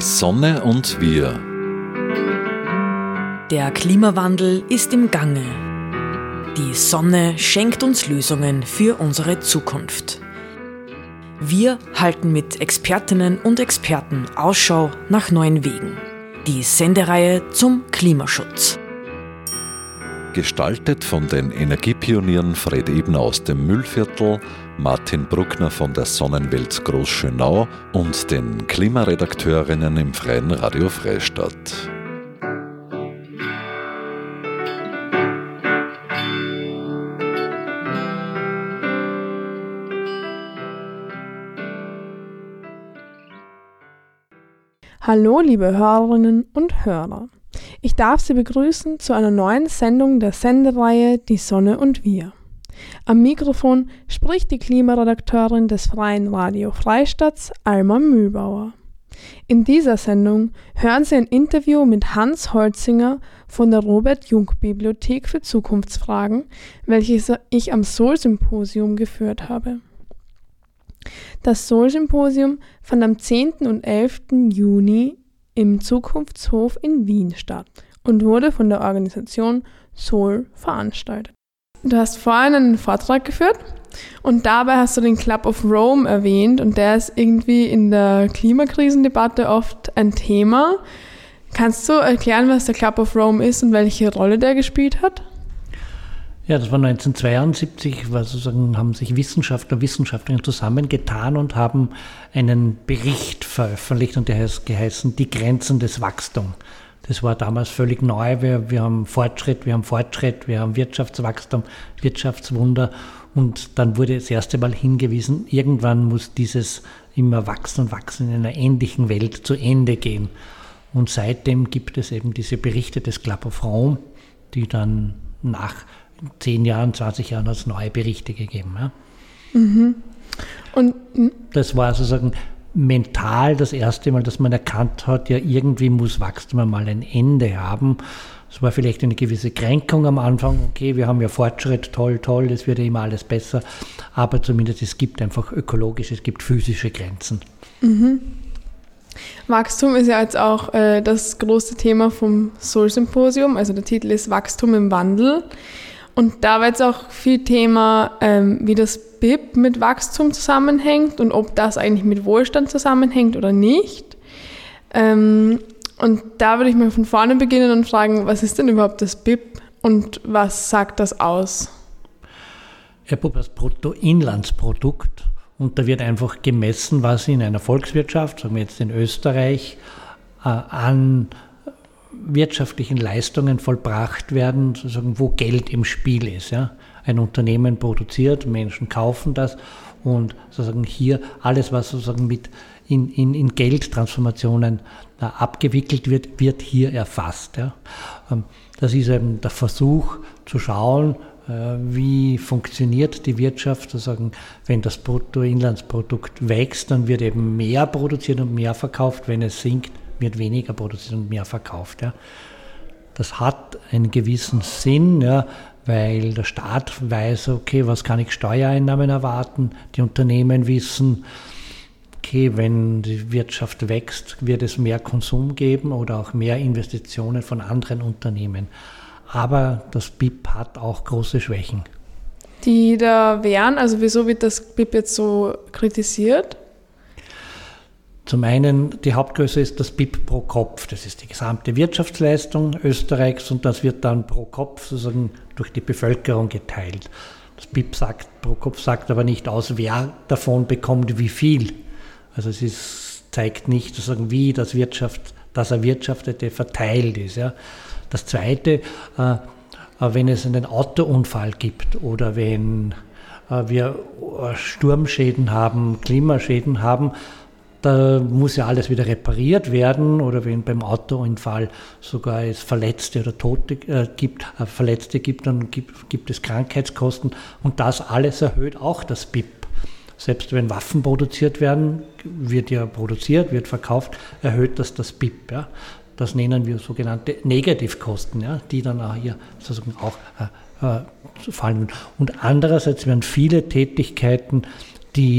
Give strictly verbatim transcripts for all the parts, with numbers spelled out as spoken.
Sonne und wir. Der Klimawandel ist im Gange. Die Sonne schenkt uns Lösungen für unsere Zukunft. Wir halten mit Expertinnen und Experten Ausschau nach neuen Wegen. Die Sendereihe zum Klimaschutz. Gestaltet von den Energiepionieren Fred Ebner aus dem Mühlviertel, Martin Bruckner von der Sonnenwelt Großschönau und den Klimaredakteurinnen im Freien Radio Freistadt. Hallo liebe Hörerinnen und Hörer. Ich darf Sie begrüßen zu einer neuen Sendung der Sendereihe Die Sonne und wir. Am Mikrofon spricht die Klimaredakteurin des Freien Radio Freistadts, Alma Mühlbauer. In dieser Sendung hören Sie ein Interview mit Hans Holzinger von der Robert-Jungk-Bibliothek für Zukunftsfragen, welches ich am Sol-Symposium geführt habe. Das Sol-Symposium fand am zehnten und elften Juni im Zukunftshof in Wien statt und wurde von der Organisation Sol veranstaltet. Du hast vorhin einen Vortrag geführt und dabei hast du den Club of Rome erwähnt und der ist irgendwie in der Klimakrisendebatte oft ein Thema. Kannst du erklären, was der Club of Rome ist und welche Rolle der gespielt hat? Ja, das war neunzehnhundertzweiundsiebzig, war sozusagen, haben sich Wissenschaftler und Wissenschaftlerinnen zusammengetan und haben einen Bericht veröffentlicht und der heißt geheißen Die Grenzen des Wachstums. Das war damals völlig neu. Wir, wir haben Fortschritt, wir haben Fortschritt, wir haben Wirtschaftswachstum, Wirtschaftswunder und dann wurde das erste Mal hingewiesen, irgendwann muss dieses immer wachsen und wachsen in einer ähnlichen Welt zu Ende gehen. Und seitdem gibt es eben diese Berichte des Club of Rome, die dann nach zehn Jahren, zwanzig Jahren als neue Berichte gegeben. Ja. Mhm. Und das war sozusagen mental das erste Mal, dass man erkannt hat, ja irgendwie muss Wachstum einmal ein Ende haben. Es war vielleicht eine gewisse Kränkung am Anfang, okay, wir haben ja Fortschritt, toll, toll, es wird ja immer alles besser, aber zumindest es gibt einfach ökologische, es gibt physische Grenzen. Mhm. Wachstum ist ja jetzt auch äh, das große Thema vom Sol-Symposium, also der Titel ist Wachstum im Wandel. Und da war jetzt auch viel Thema, ähm, wie das B I P mit Wachstum zusammenhängt und ob das eigentlich mit Wohlstand zusammenhängt oder nicht. Ähm, und da würde ich mal von vorne beginnen und fragen, was ist denn überhaupt das B I P und was sagt das aus? Ja, das Bruttoinlandsprodukt. Und da wird einfach gemessen, was in einer Volkswirtschaft, sagen wir jetzt in Österreich, äh, an wirtschaftlichen Leistungen vollbracht werden, sozusagen, wo Geld im Spiel ist. Ja. Ein Unternehmen produziert, Menschen kaufen das und sozusagen hier alles, was sozusagen mit in, in, in Geldtransformationen äh, abgewickelt wird, wird hier erfasst. Ja. Ähm, das ist eben der Versuch zu schauen, äh, wie funktioniert die Wirtschaft, sozusagen, wenn das Bruttoinlandsprodukt wächst, dann wird eben mehr produziert und mehr verkauft, wenn es sinkt, wird weniger produziert und mehr verkauft. Ja. Das hat einen gewissen Sinn, ja, weil der Staat weiß, okay, was kann ich Steuereinnahmen erwarten? Die Unternehmen wissen, okay, wenn die Wirtschaft wächst, wird es mehr Konsum geben oder auch mehr Investitionen von anderen Unternehmen. Aber das B I P hat auch große Schwächen. Die da wären, also wieso wird das B I P jetzt so kritisiert? Zum einen, die Hauptgröße ist das B I P pro Kopf. Das ist die gesamte Wirtschaftsleistung Österreichs und das wird dann pro Kopf sozusagen durch die Bevölkerung geteilt. Das B I P sagt, pro Kopf sagt aber nicht aus, wer davon bekommt wie viel. Also es ist, zeigt nicht, sozusagen, wie das, Wirtschaft, das Erwirtschaftete verteilt ist. Ja. Das Zweite, äh, wenn es einen Autounfall gibt oder wenn äh, wir Sturmschäden haben, Klimaschäden haben, da muss ja alles wieder repariert werden oder wenn beim Autounfall sogar es Verletzte oder Tote äh, gibt, äh, Verletzte gibt, dann gibt, gibt es Krankheitskosten und das alles erhöht auch das B I P. Selbst wenn Waffen produziert werden, wird ja produziert, wird verkauft, erhöht das das B I P. Ja. Das nennen wir sogenannte Negativkosten, ja, die dann auch hier sozusagen auch äh, äh, fallen. Und andererseits werden viele Tätigkeiten, die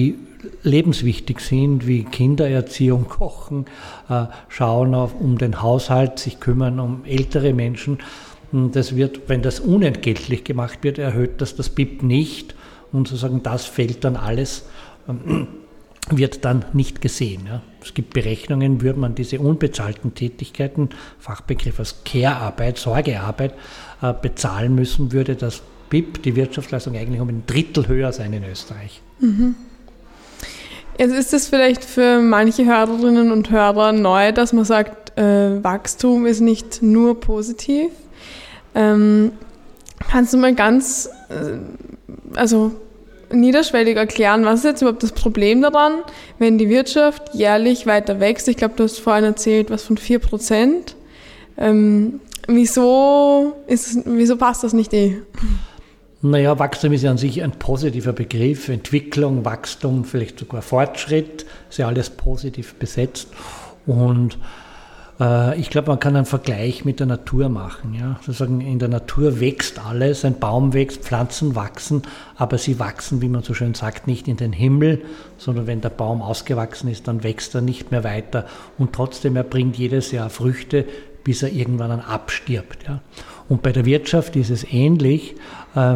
lebenswichtig sind, wie Kindererziehung, Kochen, äh, schauen auf, um den Haushalt, sich kümmern um ältere Menschen. Das wird, wenn das unentgeltlich gemacht wird, erhöht das das B I P nicht und sozusagen das fällt dann alles, ähm, wird dann nicht gesehen. Ja. Es gibt Berechnungen, würde man diese unbezahlten Tätigkeiten, Fachbegriff als Care-Arbeit, Sorgearbeit, äh, bezahlen müssen, würde das B I P, die Wirtschaftsleistung, eigentlich um ein Drittel höher sein in Österreich. Mhm. Jetzt ist es vielleicht für manche Hörerinnen und Hörer neu, dass man sagt, äh, Wachstum ist nicht nur positiv. Ähm, kannst du mal ganz äh, also niederschwellig erklären, was ist jetzt überhaupt das Problem daran, wenn die Wirtschaft jährlich weiter wächst? Ich glaube, du hast vorhin erzählt, was von vier Prozent. Ähm, wieso, ist, wieso passt das nicht eh? Naja, Wachstum ist ja an sich ein positiver Begriff. Entwicklung, Wachstum, vielleicht sogar Fortschritt, ist ja alles positiv besetzt. Und äh, ich glaube, man kann einen Vergleich mit der Natur machen. Ja? Sozusagen in der Natur wächst alles, ein Baum wächst, Pflanzen wachsen, aber sie wachsen, wie man so schön sagt, nicht in den Himmel, sondern wenn der Baum ausgewachsen ist, dann wächst er nicht mehr weiter. Und trotzdem, er bringt jedes Jahr Früchte, bis er irgendwann dann abstirbt. Ja? Und bei der Wirtschaft ist es ähnlich. Äh,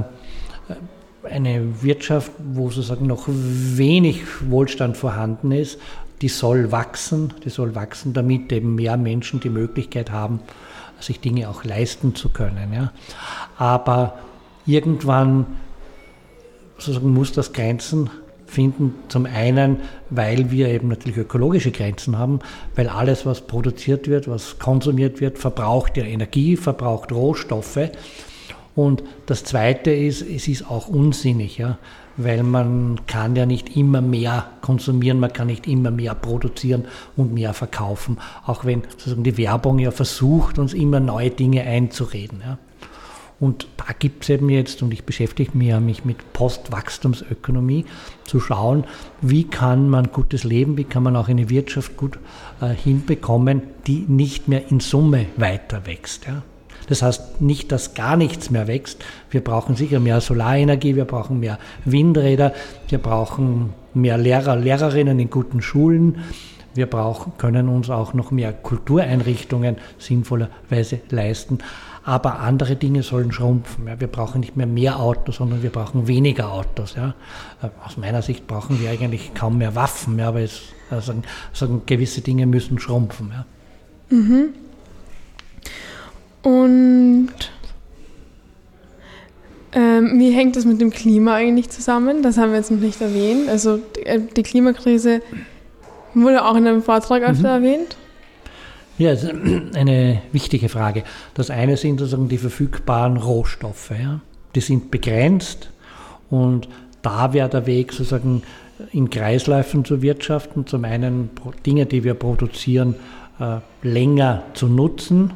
eine Wirtschaft, wo sozusagen noch wenig Wohlstand vorhanden ist, die soll wachsen, die soll wachsen, damit eben mehr Menschen die Möglichkeit haben, sich Dinge auch leisten zu können. Ja. Aber irgendwann sozusagen muss das Grenzen finden, zum einen, weil wir eben natürlich ökologische Grenzen haben, weil alles, was produziert wird, was konsumiert wird, verbraucht ja Energie, verbraucht Rohstoffe. Und das Zweite ist, es ist auch unsinnig, ja, weil man kann ja nicht immer mehr konsumieren, man kann nicht immer mehr produzieren und mehr verkaufen, auch wenn sozusagen die Werbung ja versucht, uns immer neue Dinge einzureden. Ja. Und da gibt es eben jetzt, und ich beschäftige mich ja mich mit Postwachstumsökonomie, zu schauen, wie kann man gutes Leben, wie kann man auch eine Wirtschaft gut äh, hinbekommen, die nicht mehr in Summe weiter wächst. Ja. Das heißt nicht, dass gar nichts mehr wächst. Wir brauchen sicher mehr Solarenergie, wir brauchen mehr Windräder, wir brauchen mehr Lehrer, Lehrerinnen in guten Schulen. Wir brauchen, können uns auch noch mehr Kultureinrichtungen sinnvollerweise leisten. Aber andere Dinge sollen schrumpfen. Ja. Wir brauchen nicht mehr mehr Autos, sondern wir brauchen weniger Autos. Ja. Aus meiner Sicht brauchen wir eigentlich kaum mehr Waffen, ja, aber es, also, also gewisse Dinge müssen schrumpfen. Ja. Mhm. Und ähm, wie hängt das mit dem Klima eigentlich zusammen? Das haben wir jetzt noch nicht erwähnt. Also die, die Klimakrise wurde auch in einem Vortrag öfter mhm. erwähnt. Ja, das ist eine wichtige Frage. Das eine sind sozusagen die verfügbaren Rohstoffe. Ja? Die sind begrenzt und da wäre der Weg sozusagen in Kreisläufen zu wirtschaften. Zum einen Dinge, die wir produzieren, äh, länger zu nutzen.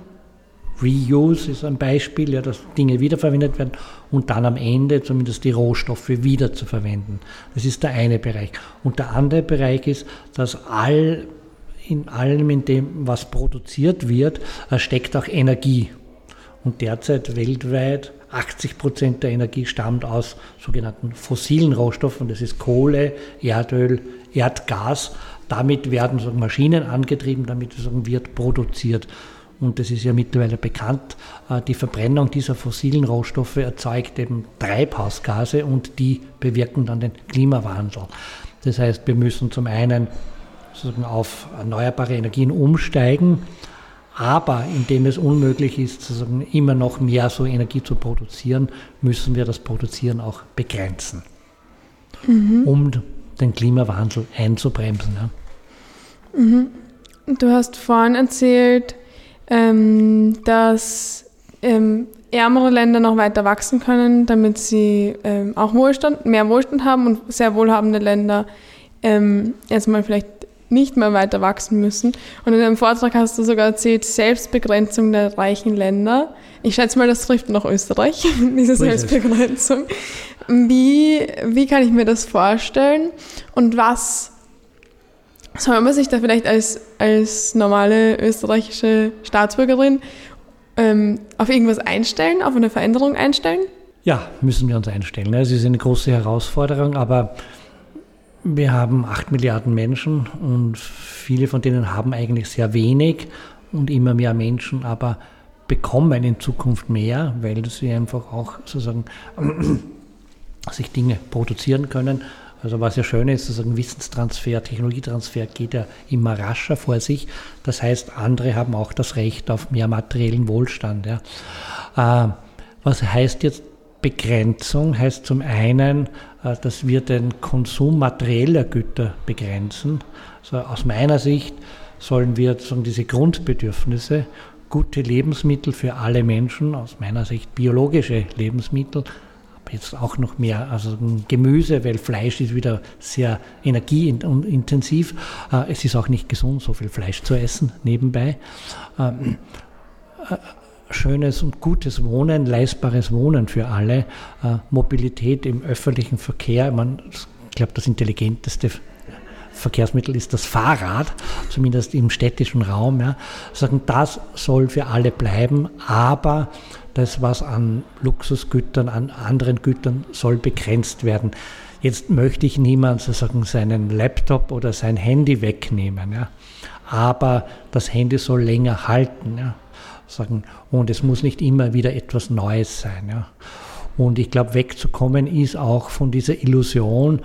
Reuse ist ein Beispiel, ja, dass Dinge wiederverwendet werden und dann am Ende zumindest die Rohstoffe wieder zu verwenden. Das ist der eine Bereich. Und der andere Bereich ist, dass all, in allem, in dem, was produziert wird, steckt auch Energie. Und derzeit weltweit achtzig Prozent der Energie stammt aus sogenannten fossilen Rohstoffen. Das ist Kohle, Erdöl, Erdgas. Damit werden so Maschinen angetrieben, damit so wird produziert. Und das ist ja mittlerweile bekannt, die Verbrennung dieser fossilen Rohstoffe erzeugt eben Treibhausgase und die bewirken dann den Klimawandel. Das heißt, wir müssen zum einen sozusagen auf erneuerbare Energien umsteigen, aber indem es unmöglich ist, sozusagen immer noch mehr so Energie zu produzieren, müssen wir das Produzieren auch begrenzen, mhm. um den Klimawandel einzubremsen. Ja. Mhm. Du hast vorhin erzählt, Ähm, dass ähm, ärmere Länder noch weiter wachsen können, damit sie ähm, auch Wohlstand, mehr Wohlstand haben und sehr wohlhabende Länder ähm, erstmal vielleicht nicht mehr weiter wachsen müssen. Und in deinem Vortrag hast du sogar erzählt, Selbstbegrenzung der reichen Länder. Ich schätze mal, das trifft noch Österreich, diese Selbstbegrenzung. Wie, wie kann ich mir das vorstellen und was soll man sich da vielleicht als, als normale österreichische Staatsbürgerin ähm, auf irgendwas einstellen, auf eine Veränderung einstellen? Ja, müssen wir uns einstellen. Es ist eine große Herausforderung, aber wir haben acht Milliarden Menschen und viele von denen haben eigentlich sehr wenig und immer mehr Menschen, aber bekommen in Zukunft mehr, weil sie einfach auch sozusagen sich Dinge produzieren können. Also was ja schön ist, sozusagen Wissenstransfer, Technologietransfer geht ja immer rascher vor sich. Das heißt, andere haben auch das Recht auf mehr materiellen Wohlstand. Ja. Äh, was heißt jetzt Begrenzung? Heißt zum einen, äh, dass wir den Konsum materieller Güter begrenzen. Also aus meiner Sicht sollen wir sozusagen diese Grundbedürfnisse, gute Lebensmittel für alle Menschen, aus meiner Sicht biologische Lebensmittel, jetzt auch noch mehr, also Gemüse, weil Fleisch ist wieder sehr energieintensiv. Es ist auch nicht gesund, so viel Fleisch zu essen nebenbei. Schönes und gutes Wohnen, leistbares Wohnen für alle. Mobilität im öffentlichen Verkehr. Ich glaube, das intelligenteste Verkehrsmittel ist das Fahrrad, zumindest im städtischen Raum. Ja. Sagen, das soll für alle bleiben, aber das, was an Luxusgütern, an anderen Gütern soll begrenzt werden. Jetzt möchte ich niemand sozusagen seinen Laptop oder sein Handy wegnehmen, ja. Aber das Handy soll länger halten, ja. Sagen, und es muss nicht immer wieder etwas Neues sein. Ja. Und ich glaube, wegzukommen ist auch von dieser Illusion,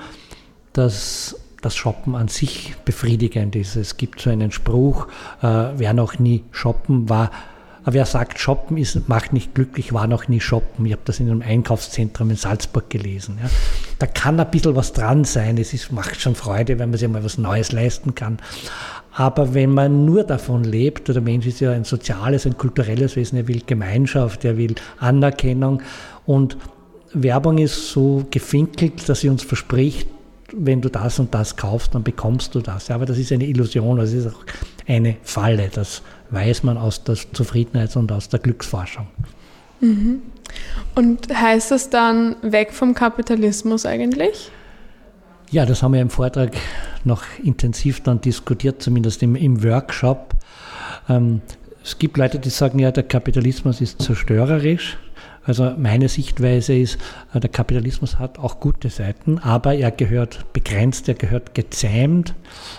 dass das Shoppen an sich befriedigend ist. Es gibt so einen Spruch, äh, wer noch nie shoppen war, wer sagt, shoppen ist, macht nicht glücklich, war noch nie shoppen. Ich habe das in einem Einkaufszentrum in Salzburg gelesen. Ja. Da kann ein bisschen was dran sein. Es ist, macht schon Freude, wenn man sich mal was Neues leisten kann. Aber wenn man nur davon lebt, der Mensch ist ja ein soziales, ein kulturelles Wesen, er will Gemeinschaft, er will Anerkennung. Und Werbung ist so gefinkelt, dass sie uns verspricht, wenn du das und das kaufst, dann bekommst du das. Ja, aber das ist eine Illusion, das ist auch eine Falle. Das weiß man aus der Zufriedenheits- und aus der Glücksforschung. Mhm. Und heißt das dann weg vom Kapitalismus eigentlich? Ja, das haben wir im Vortrag noch intensiv dann diskutiert, zumindest im, im Workshop. Ähm, es gibt Leute, die sagen, ja, der Kapitalismus ist zerstörerisch. Also meine Sichtweise ist, der Kapitalismus hat auch gute Seiten, aber er gehört begrenzt, er gehört gezähmt.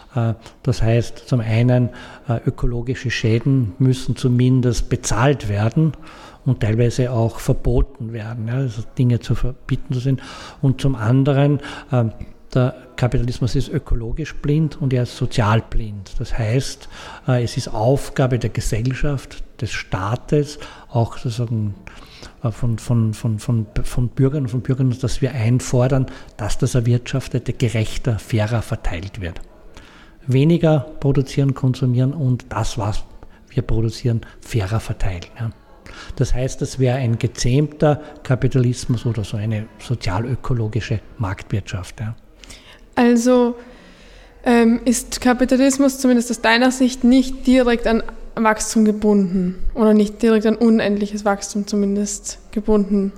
Das heißt, zum einen ökologische Schäden müssen zumindest bezahlt werden und teilweise auch verboten werden, ja, also Dinge zu verbieten zu sind. Und zum anderen, der Kapitalismus ist ökologisch blind und er ist sozial blind. Das heißt, es ist Aufgabe der Gesellschaft, des Staates, auch sozusagen Von, von, von, von, von Bürgern und von Bürgern, dass wir einfordern, dass das Erwirtschaftete gerechter, fairer verteilt wird. Weniger produzieren, konsumieren und das, was wir produzieren, fairer verteilen. Ja. Das heißt, das wäre ein gezähmter Kapitalismus oder so eine sozialökologische Marktwirtschaft. Ja. Also ähm, ist Kapitalismus zumindest aus deiner Sicht nicht direkt an Wachstum gebunden oder nicht direkt an unendliches Wachstum zumindest gebunden,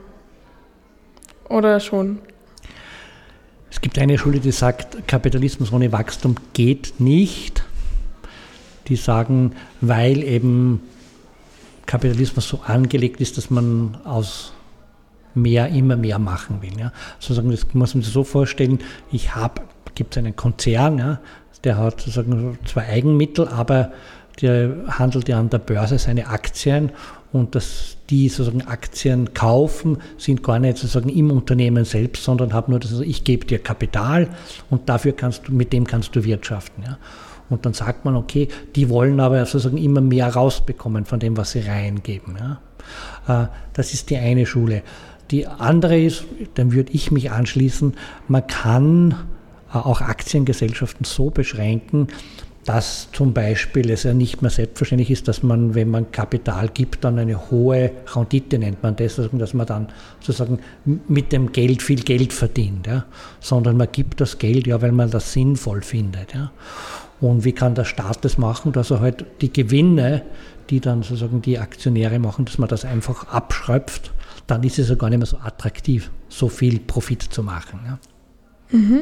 oder schon? Es gibt eine Schule, die sagt, Kapitalismus ohne Wachstum geht nicht. Die sagen, weil eben Kapitalismus so angelegt ist, dass man aus mehr immer mehr machen will. Ja. Sozusagen, das muss man sich so vorstellen, ich habe, gibt es einen Konzern, ja, der hat sozusagen zwei Eigenmittel, aber der handelt ja an der Börse seine Aktien und dass die sozusagen Aktien kaufen, sind gar nicht sozusagen im Unternehmen selbst, sondern haben nur das, also ich gebe dir Kapital und dafür kannst du, mit dem kannst du wirtschaften. Ja. Und dann sagt man, okay, die wollen aber sozusagen immer mehr rausbekommen von dem, was sie reingeben. Ja. Das ist die eine Schule. Die andere ist, dann würde ich mich anschließen, man kann auch Aktiengesellschaften so beschränken, dass zum Beispiel es ja nicht mehr selbstverständlich ist, dass man, wenn man Kapital gibt, dann eine hohe Rendite nennt man das, dass man dann sozusagen mit dem Geld viel Geld verdient, ja? Sondern man gibt das Geld, ja, weil man das sinnvoll findet. Ja? Und wie kann der Staat das machen, dass er halt die Gewinne, die dann sozusagen die Aktionäre machen, dass man das einfach abschröpft, dann ist es ja gar nicht mehr so attraktiv, so viel Profit zu machen. Ja? Mhm.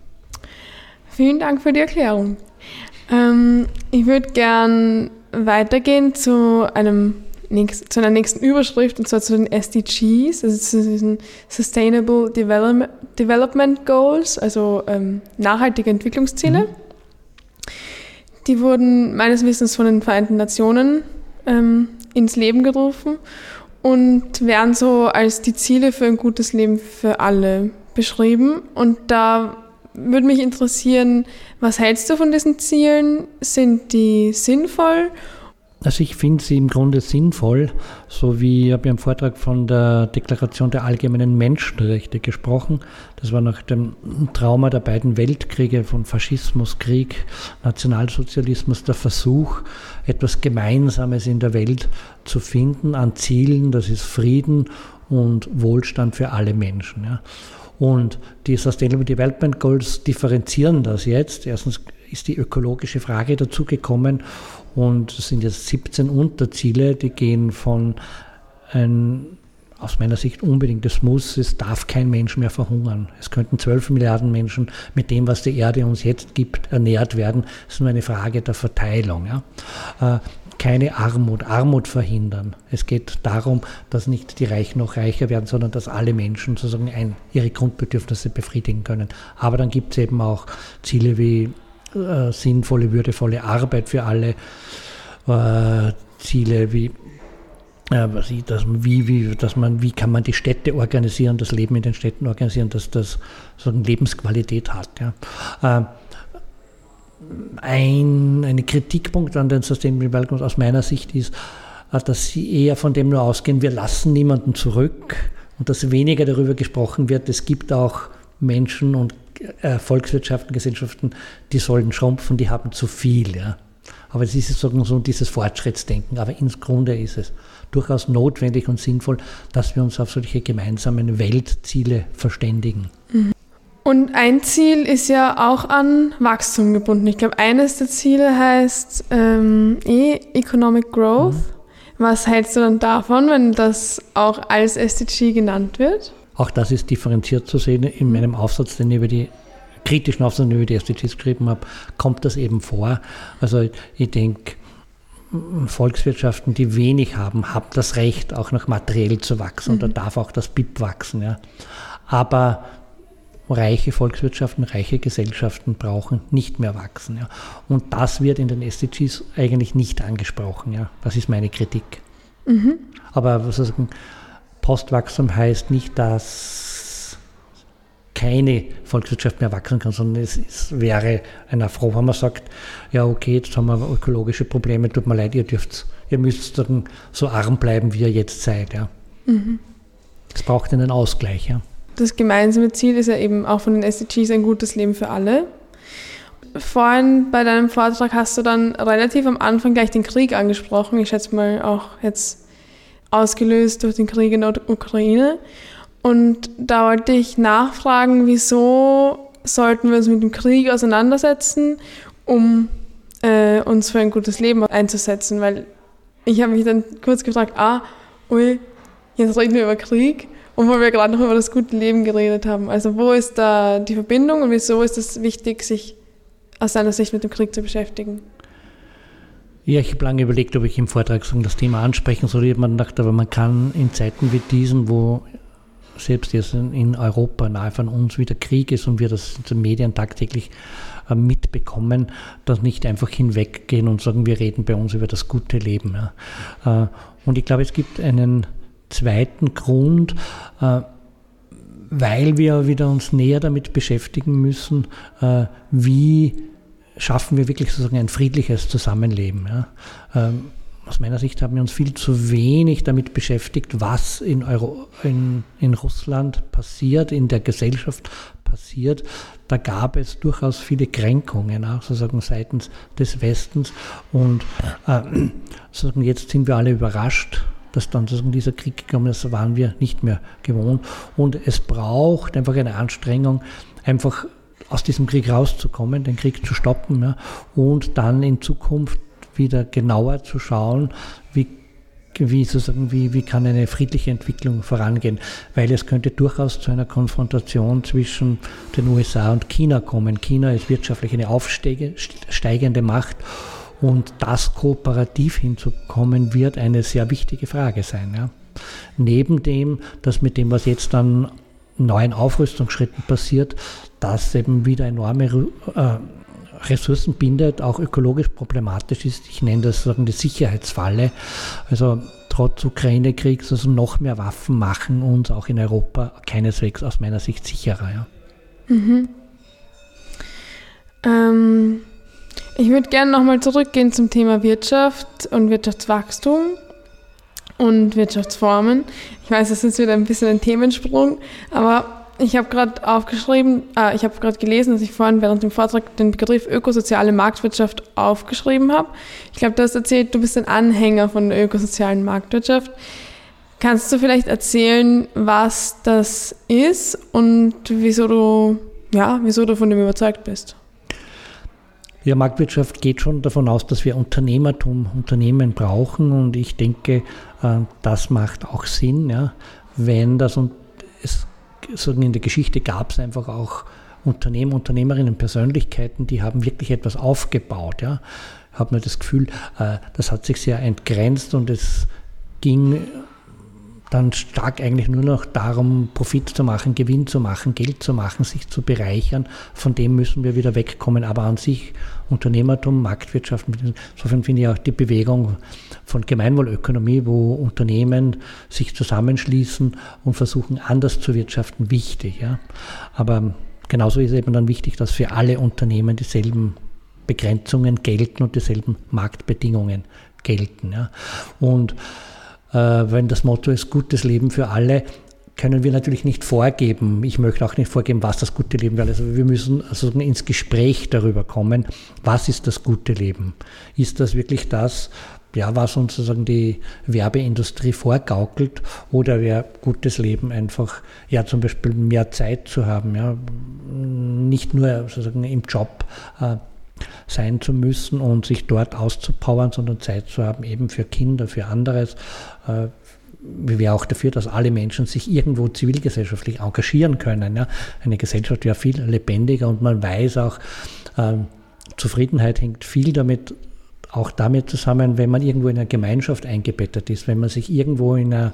Vielen Dank für die Erklärung. Ähm, ich würde gern weitergehen zu einem nächst, zu einer nächsten Überschrift, und zwar zu den S D Gs, also zu diesen Sustainable Development, Development Goals, also ähm, nachhaltige Entwicklungsziele. Mhm. Die wurden meines Wissens von den Vereinten Nationen ähm, ins Leben gerufen und werden so als die Ziele für ein gutes Leben für alle beschrieben. Und da würde mich interessieren, was hältst du von diesen Zielen? Sind die sinnvoll? Also ich finde sie im Grunde sinnvoll, so wie ich habe ja im Vortrag von der Deklaration der allgemeinen Menschenrechte gesprochen. Das war nach dem Trauma der beiden Weltkriege von Faschismus, Krieg, Nationalsozialismus der Versuch, etwas Gemeinsames in der Welt zu finden an Zielen. Das ist Frieden und Wohlstand für alle Menschen. Ja. Und die Sustainable Development Goals differenzieren das jetzt. Erstens ist die ökologische Frage dazugekommen und es sind jetzt siebzehn Unterziele, die gehen von ein, aus meiner Sicht unbedingtes Muss, es darf kein Mensch mehr verhungern. Es könnten zwölf Milliarden Menschen mit dem, was die Erde uns jetzt gibt, ernährt werden. Es ist nur eine Frage der Verteilung. Ja. Äh, keine Armut, Armut verhindern. Es geht darum, dass nicht die Reichen noch reicher werden, sondern dass alle Menschen sozusagen ein, ihre Grundbedürfnisse befriedigen können. Aber dann gibt es eben auch Ziele wie äh, sinnvolle, würdevolle Arbeit für alle, äh, Ziele wie äh, was ich, dass, wie, wie, dass man, wie kann man die Städte organisieren, das Leben in den Städten organisieren, dass das sozusagen Lebensqualität hat. Ja. Äh, Ein eine Kritikpunkt an den Sustainable Development aus meiner Sicht ist, dass sie eher von dem nur ausgehen, wir lassen niemanden zurück und dass weniger darüber gesprochen wird, es gibt auch Menschen und äh, Volkswirtschaften, Gesellschaften, die sollen schrumpfen, die haben zu viel. Ja. Aber es ist sozusagen so dieses Fortschrittsdenken, aber im Grunde ist es durchaus notwendig und sinnvoll, dass wir uns auf solche gemeinsamen Weltziele verständigen. Mhm. Und ein Ziel ist ja auch an Wachstum gebunden. Ich glaube, eines der Ziele heißt ähm, eh Economic Growth. Mhm. Was hältst du dann davon, wenn das auch als S D G genannt wird? Auch das ist differenziert zu sehen. In meinem Aufsatz, den ich über die kritischen Aufsatz, den ich über die S D Gs geschrieben habe, kommt das eben vor. Also ich denke, Volkswirtschaften, die wenig haben, haben das Recht, auch noch materiell zu wachsen. Mhm. Und da darf auch das B I P wachsen. Ja. Aber reiche Volkswirtschaften, reiche Gesellschaften brauchen nicht mehr wachsen. Ja. Und das wird in den S D Gs eigentlich nicht angesprochen. Ja. Das ist meine Kritik. Mhm. Aber was sagen, Postwachstum heißt nicht, dass keine Volkswirtschaft mehr wachsen kann, sondern es, es wäre einer froh, wenn man sagt, ja okay, jetzt haben wir ökologische Probleme, tut mir leid, ihr dürft, ihr müsst so arm bleiben, wie ihr jetzt seid. Ja. Mhm. Es braucht einen Ausgleich. Ja. Das gemeinsame Ziel ist ja eben auch von den S D Gs ein gutes Leben für alle. Vorhin bei deinem Vortrag hast du dann relativ am Anfang gleich den Krieg angesprochen. Ich schätze mal auch jetzt ausgelöst durch den Krieg in der Ukraine. Und da wollte ich nachfragen, wieso sollten wir uns mit dem Krieg auseinandersetzen, um äh, uns für ein gutes Leben einzusetzen? Weil ich habe mich dann kurz gefragt, ah, ui, jetzt reden wir über Krieg. Und wo wir gerade noch über das gute Leben geredet haben. Also wo ist da die Verbindung und wieso ist es wichtig, sich aus seiner Sicht mit dem Krieg zu beschäftigen? Ja, ich habe lange überlegt, ob ich im Vortrag so das Thema ansprechen soll. Ich habe mir gedacht, aber man kann in Zeiten wie diesen, wo selbst jetzt in Europa nahe von uns wieder Krieg ist und wir das in den Medien tagtäglich mitbekommen, das nicht einfach hinweggehen und sagen, wir reden bei uns über das gute Leben. Und ich glaube, es gibt einen zweiten Grund, äh, weil wir wieder uns näher damit beschäftigen müssen, äh, wie schaffen wir wirklich sozusagen ein friedliches Zusammenleben. Ja? Ähm, aus meiner Sicht haben wir uns viel zu wenig damit beschäftigt, was in, Euro, in, in Russland passiert, in der Gesellschaft passiert. Da gab es durchaus viele Kränkungen, auch sozusagen seitens des Westens. Und äh, sozusagen jetzt sind wir alle überrascht, dass dann sozusagen dieser Krieg gekommen ist, waren wir nicht mehr gewohnt. Und es braucht einfach eine Anstrengung, einfach aus diesem Krieg rauszukommen, den Krieg zu stoppen, ja, und dann in Zukunft wieder genauer zu schauen, wie, wie, sozusagen, wie, wie kann eine friedliche Entwicklung vorangehen. Weil es könnte durchaus zu einer Konfrontation zwischen den U S A und China kommen. China ist wirtschaftlich eine aufsteigende Macht Und das kooperativ hinzukommen, wird eine sehr wichtige Frage sein. Ja. Neben dem, dass mit dem, was jetzt an neuen Aufrüstungsschritten passiert, das eben wieder enorme äh, Ressourcen bindet, auch ökologisch problematisch ist. Ich nenne das sozusagen die Sicherheitsfalle. Also trotz Ukraine-Kriegs, also noch mehr Waffen machen uns auch in Europa keineswegs aus meiner Sicht sicherer. Ja. Mhm. Ähm, ich würde gerne nochmal zurückgehen zum Thema Wirtschaft und Wirtschaftswachstum und Wirtschaftsformen. Ich weiß, das ist jetzt wieder ein bisschen ein Themensprung, aber ich habe gerade aufgeschrieben, äh, ich habe gerade gelesen, dass ich vorhin während dem Vortrag den Begriff ökosoziale Marktwirtschaft aufgeschrieben habe. Ich glaube, du hast erzählt, du bist ein Anhänger von der ökosozialen Marktwirtschaft. Kannst du vielleicht erzählen, was das ist und wieso du, ja, wieso du von dem überzeugt bist? Ja, Marktwirtschaft geht schon davon aus, dass wir Unternehmertum, Unternehmen brauchen, und ich denke, äh, das macht auch Sinn, ja, wenn das, und es sagen, in der Geschichte gab es einfach auch Unternehmen, Unternehmerinnen, Persönlichkeiten, die haben wirklich etwas aufgebaut. Ja. Ich habe mir das Gefühl, äh, das hat sich sehr entgrenzt, und es ging dann stark eigentlich nur noch darum, Profit zu machen, Gewinn zu machen, Geld zu machen, sich zu bereichern. Von dem müssen wir wieder wegkommen. Aber an sich Unternehmertum, Marktwirtschaft, insofern finde ich auch die Bewegung von Gemeinwohlökonomie, wo Unternehmen sich zusammenschließen und versuchen, anders zu wirtschaften, wichtig. Ja. Aber genauso ist eben dann wichtig, dass für alle Unternehmen dieselben Begrenzungen gelten und dieselben Marktbedingungen gelten. Ja. Und äh, wenn das Motto ist, gutes Leben für alle, können wir natürlich nicht vorgeben. Ich möchte auch nicht vorgeben, was das gute Leben wäre. Also wir müssen also ins Gespräch darüber kommen, was ist das gute Leben? Ist das wirklich das, ja, was uns sozusagen die Werbeindustrie vorgaukelt, oder wäre gutes Leben einfach, ja, zum Beispiel mehr Zeit zu haben, ja, nicht nur sozusagen im Job äh, sein zu müssen und sich dort auszupowern, sondern Zeit zu haben eben für Kinder, für anderes. Äh, Wir wären auch dafür, dass alle Menschen sich irgendwo zivilgesellschaftlich engagieren können. Ja. Eine Gesellschaft wäre viel lebendiger, und man weiß auch, äh, Zufriedenheit hängt viel damit, auch damit zusammen, wenn man irgendwo in einer Gemeinschaft eingebettet ist, wenn man sich irgendwo in einer,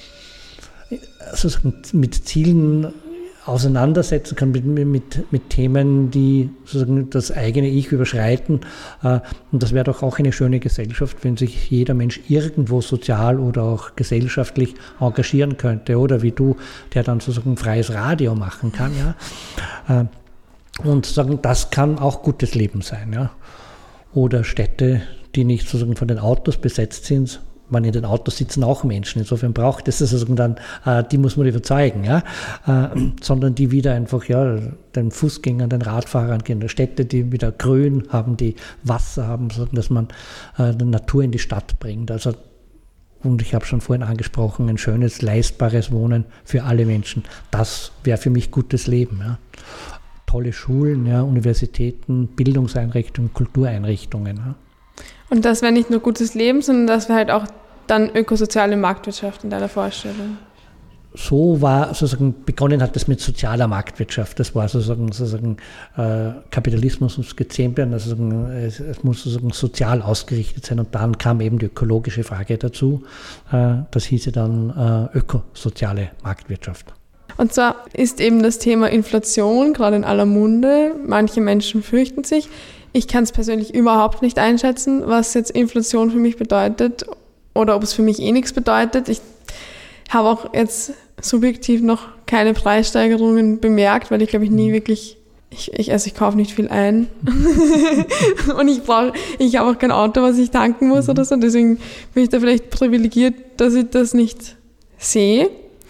sozusagen mit Zielen auseinandersetzen kann, mit, mit, mit Themen, die sozusagen das eigene Ich überschreiten. Und das wäre doch auch eine schöne Gesellschaft, wenn sich jeder Mensch irgendwo sozial oder auch gesellschaftlich engagieren könnte. Oder wie du, der dann sozusagen freies Radio machen kann. Ja. Und sagen, das kann auch gutes Leben sein. Ja. Oder Städte, die nicht sozusagen von den Autos besetzt sind. Man, in den Autos sitzen auch Menschen, insofern braucht es sozusagen dann, äh, die muss man überzeugen, ja, äh, sondern die wieder einfach, ja, den Fußgängern, den Radfahrern gehen, Städte, die wieder grün haben, die Wasser haben, dass man äh, die Natur in die Stadt bringt. Also, und ich habe schon vorhin angesprochen, ein schönes, leistbares Wohnen für alle Menschen, das wäre für mich gutes Leben, ja. Tolle Schulen, ja, Universitäten, Bildungseinrichtungen, Kultureinrichtungen, ja. Und das wäre nicht nur gutes Leben, sondern das wäre halt auch dann ökosoziale Marktwirtschaft in deiner Vorstellung. So war sozusagen, begonnen hat das mit sozialer Marktwirtschaft. Das war sozusagen, sozusagen äh, Kapitalismus muss gezähmt werden, also es, es muss sozusagen sozial ausgerichtet sein, und dann kam eben die ökologische Frage dazu. Äh, das hieße dann äh, ökosoziale Marktwirtschaft. Und zwar ist eben das Thema Inflation gerade in aller Munde. Manche Menschen fürchten sich. Ich kann es persönlich überhaupt nicht einschätzen, was jetzt Inflation für mich bedeutet oder ob es für mich eh nichts bedeutet. Ich habe auch jetzt subjektiv noch keine Preissteigerungen bemerkt, weil ich glaube ich nie wirklich, ich, ich also ich kaufe nicht viel ein und ich brauche, ich habe auch kein Auto, was ich tanken muss oder so. Deswegen bin ich da vielleicht privilegiert, dass ich das nicht sehe.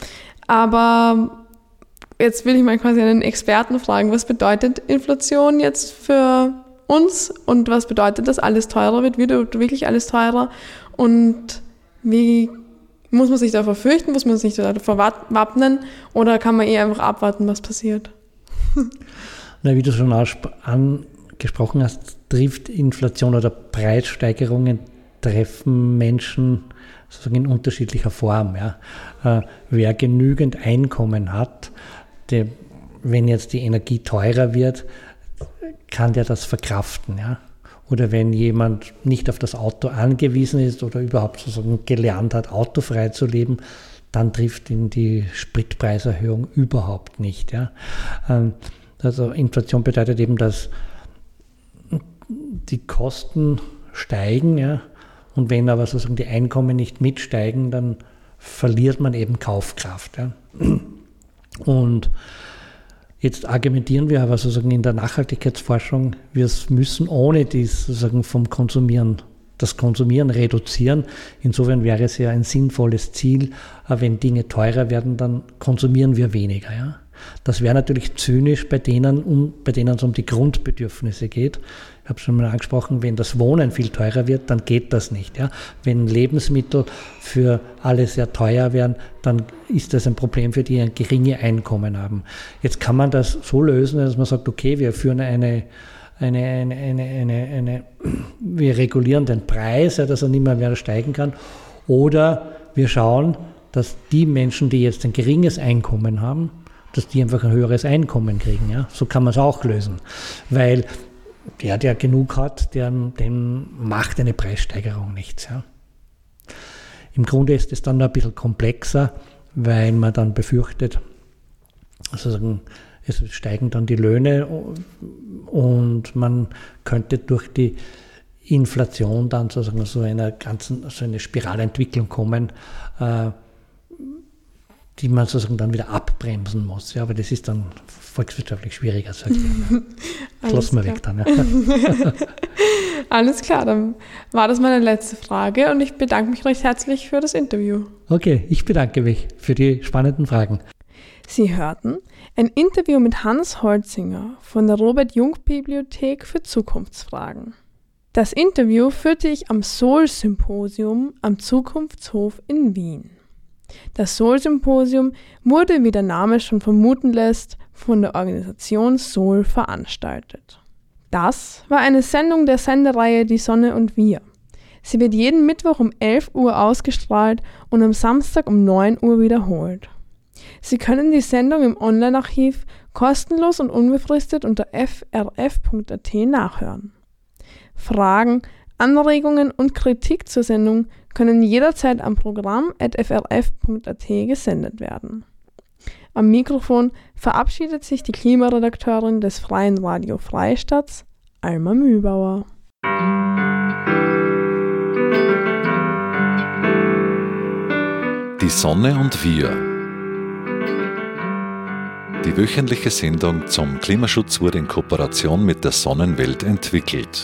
Aber jetzt will ich mal quasi einen Experten fragen, was bedeutet Inflation jetzt für uns und was bedeutet, dass alles teurer wird? Wird wirklich alles teurer? Und wie muss man sich davor fürchten? Muss man sich davor wappnen? Oder kann man eher einfach abwarten, was passiert? Na, wie du schon angesprochen hast, trifft Inflation oder Preissteigerungen treffen Menschen sozusagen in unterschiedlicher Form. Ja. Äh, wer genügend Einkommen hat, der, wenn jetzt die Energie teurer wird, kann der das verkraften. Ja. oder wenn jemand nicht auf das Auto angewiesen ist oder überhaupt sozusagen gelernt hat, autofrei zu leben, dann trifft ihn die Spritpreiserhöhung überhaupt nicht. Ja. Also Inflation bedeutet eben, dass die Kosten steigen, ja, und wenn aber sozusagen die Einkommen nicht mitsteigen, dann verliert man eben Kaufkraft. Ja. Und jetzt argumentieren wir aber sozusagen in der Nachhaltigkeitsforschung, wir müssen ohne dies sozusagen vom Konsumieren, das Konsumieren reduzieren. Insofern wäre es ja ein sinnvolles Ziel, wenn Dinge teurer werden, dann konsumieren wir weniger. Ja. Das wäre natürlich zynisch bei denen, um, bei denen es um die Grundbedürfnisse geht. Ich habe schon mal angesprochen, wenn das Wohnen viel teurer wird, dann geht das nicht. Ja. Wenn Lebensmittel für alle sehr teuer werden, dann ist das ein Problem für die, die ein geringes Einkommen haben. Jetzt kann man das so lösen, dass man sagt, okay, wir führen eine, eine, eine, eine, eine, eine wir regulieren den Preis, ja, dass er nicht mehr, mehr steigen kann. Oder wir schauen, dass die Menschen, die jetzt ein geringes Einkommen haben, dass die einfach ein höheres Einkommen kriegen. Ja? So kann man es auch lösen. Weil der, der genug hat, der, dem macht eine Preissteigerung nichts. Ja? Im Grunde ist es dann noch ein bisschen komplexer, weil man dann befürchtet, also es steigen dann die Löhne und man könnte durch die Inflation dann sozusagen so einer ganzen, so eine Spiralentwicklung kommen, äh, die man sozusagen dann wieder abbremsen muss. Ja, aber das ist dann volkswirtschaftlich schwieriger, sag ich. Schloss mal weg dann. Ja. Alles klar, dann war das meine letzte Frage und ich bedanke mich recht herzlich für das Interview. Okay, ich bedanke mich für die spannenden Fragen. Sie hörten ein Interview mit Hans Holzinger von der Robert-Jung-Bibliothek für Zukunftsfragen. Das Interview führte ich am Soul-Symposium am Zukunftshof in Wien. Das Soul-Symposium wurde, wie der Name schon vermuten lässt, von der Organisation Soul veranstaltet. Das war eine Sendung der Sendereihe Die Sonne und wir. Sie wird jeden Mittwoch um elf Uhr ausgestrahlt und am Samstag um neun Uhr wiederholt. Sie können die Sendung im Online-Archiv kostenlos und unbefristet unter f r f punkt a t nachhören. Fragen, Anregungen und Kritik zur Sendung können jederzeit am Programm at f r f punkt a t gesendet werden. Am Mikrofon verabschiedet sich die Klimaredakteurin des Freien Radio Freistadt, Alma Mühlbauer. Die Sonne und wir. Die wöchentliche Sendung zum Klimaschutz wurde in Kooperation mit der Sonnenwelt entwickelt.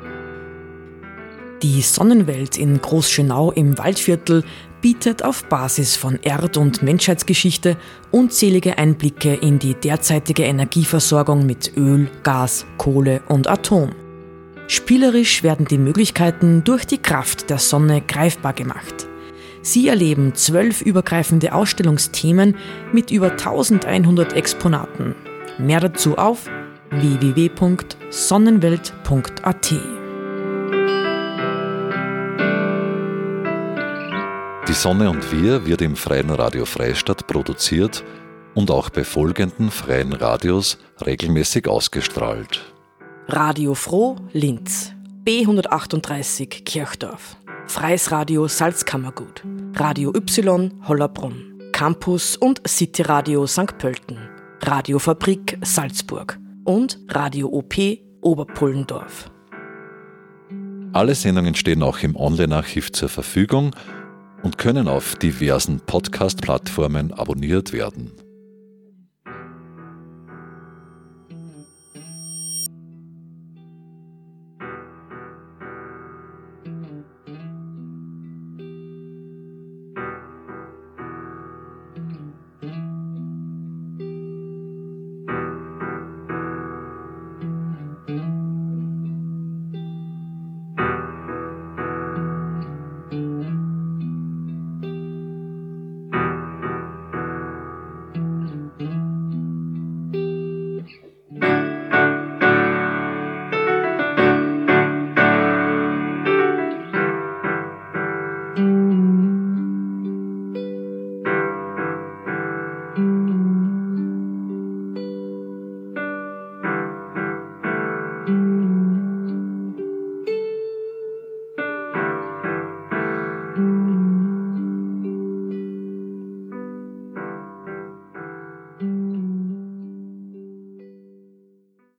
Die Sonnenwelt in Großschönau im Waldviertel bietet auf Basis von Erd- und Menschheitsgeschichte unzählige Einblicke in die derzeitige Energieversorgung mit Öl, Gas, Kohle und Atom. Spielerisch werden die Möglichkeiten durch die Kraft der Sonne greifbar gemacht. Sie erleben zwölf übergreifende Ausstellungsthemen mit über eintausendeinhundert Exponaten. Mehr dazu auf w w w punkt sonnenwelt punkt a t. Die Sonne und wir wird im Freien Radio Freistadt produziert und auch bei folgenden freien Radios regelmäßig ausgestrahlt. Radio Froh Linz, B hundertachtunddreißig Kirchdorf, Freies Radio Salzkammergut, Radio Y Hollerbrunn, Campus und City Radio Sankt Pölten, Radiofabrik Salzburg und Radio O P Oberpullendorf. Alle Sendungen stehen auch im Online-Archiv zur Verfügung und können auf diversen Podcast-Plattformen abonniert werden.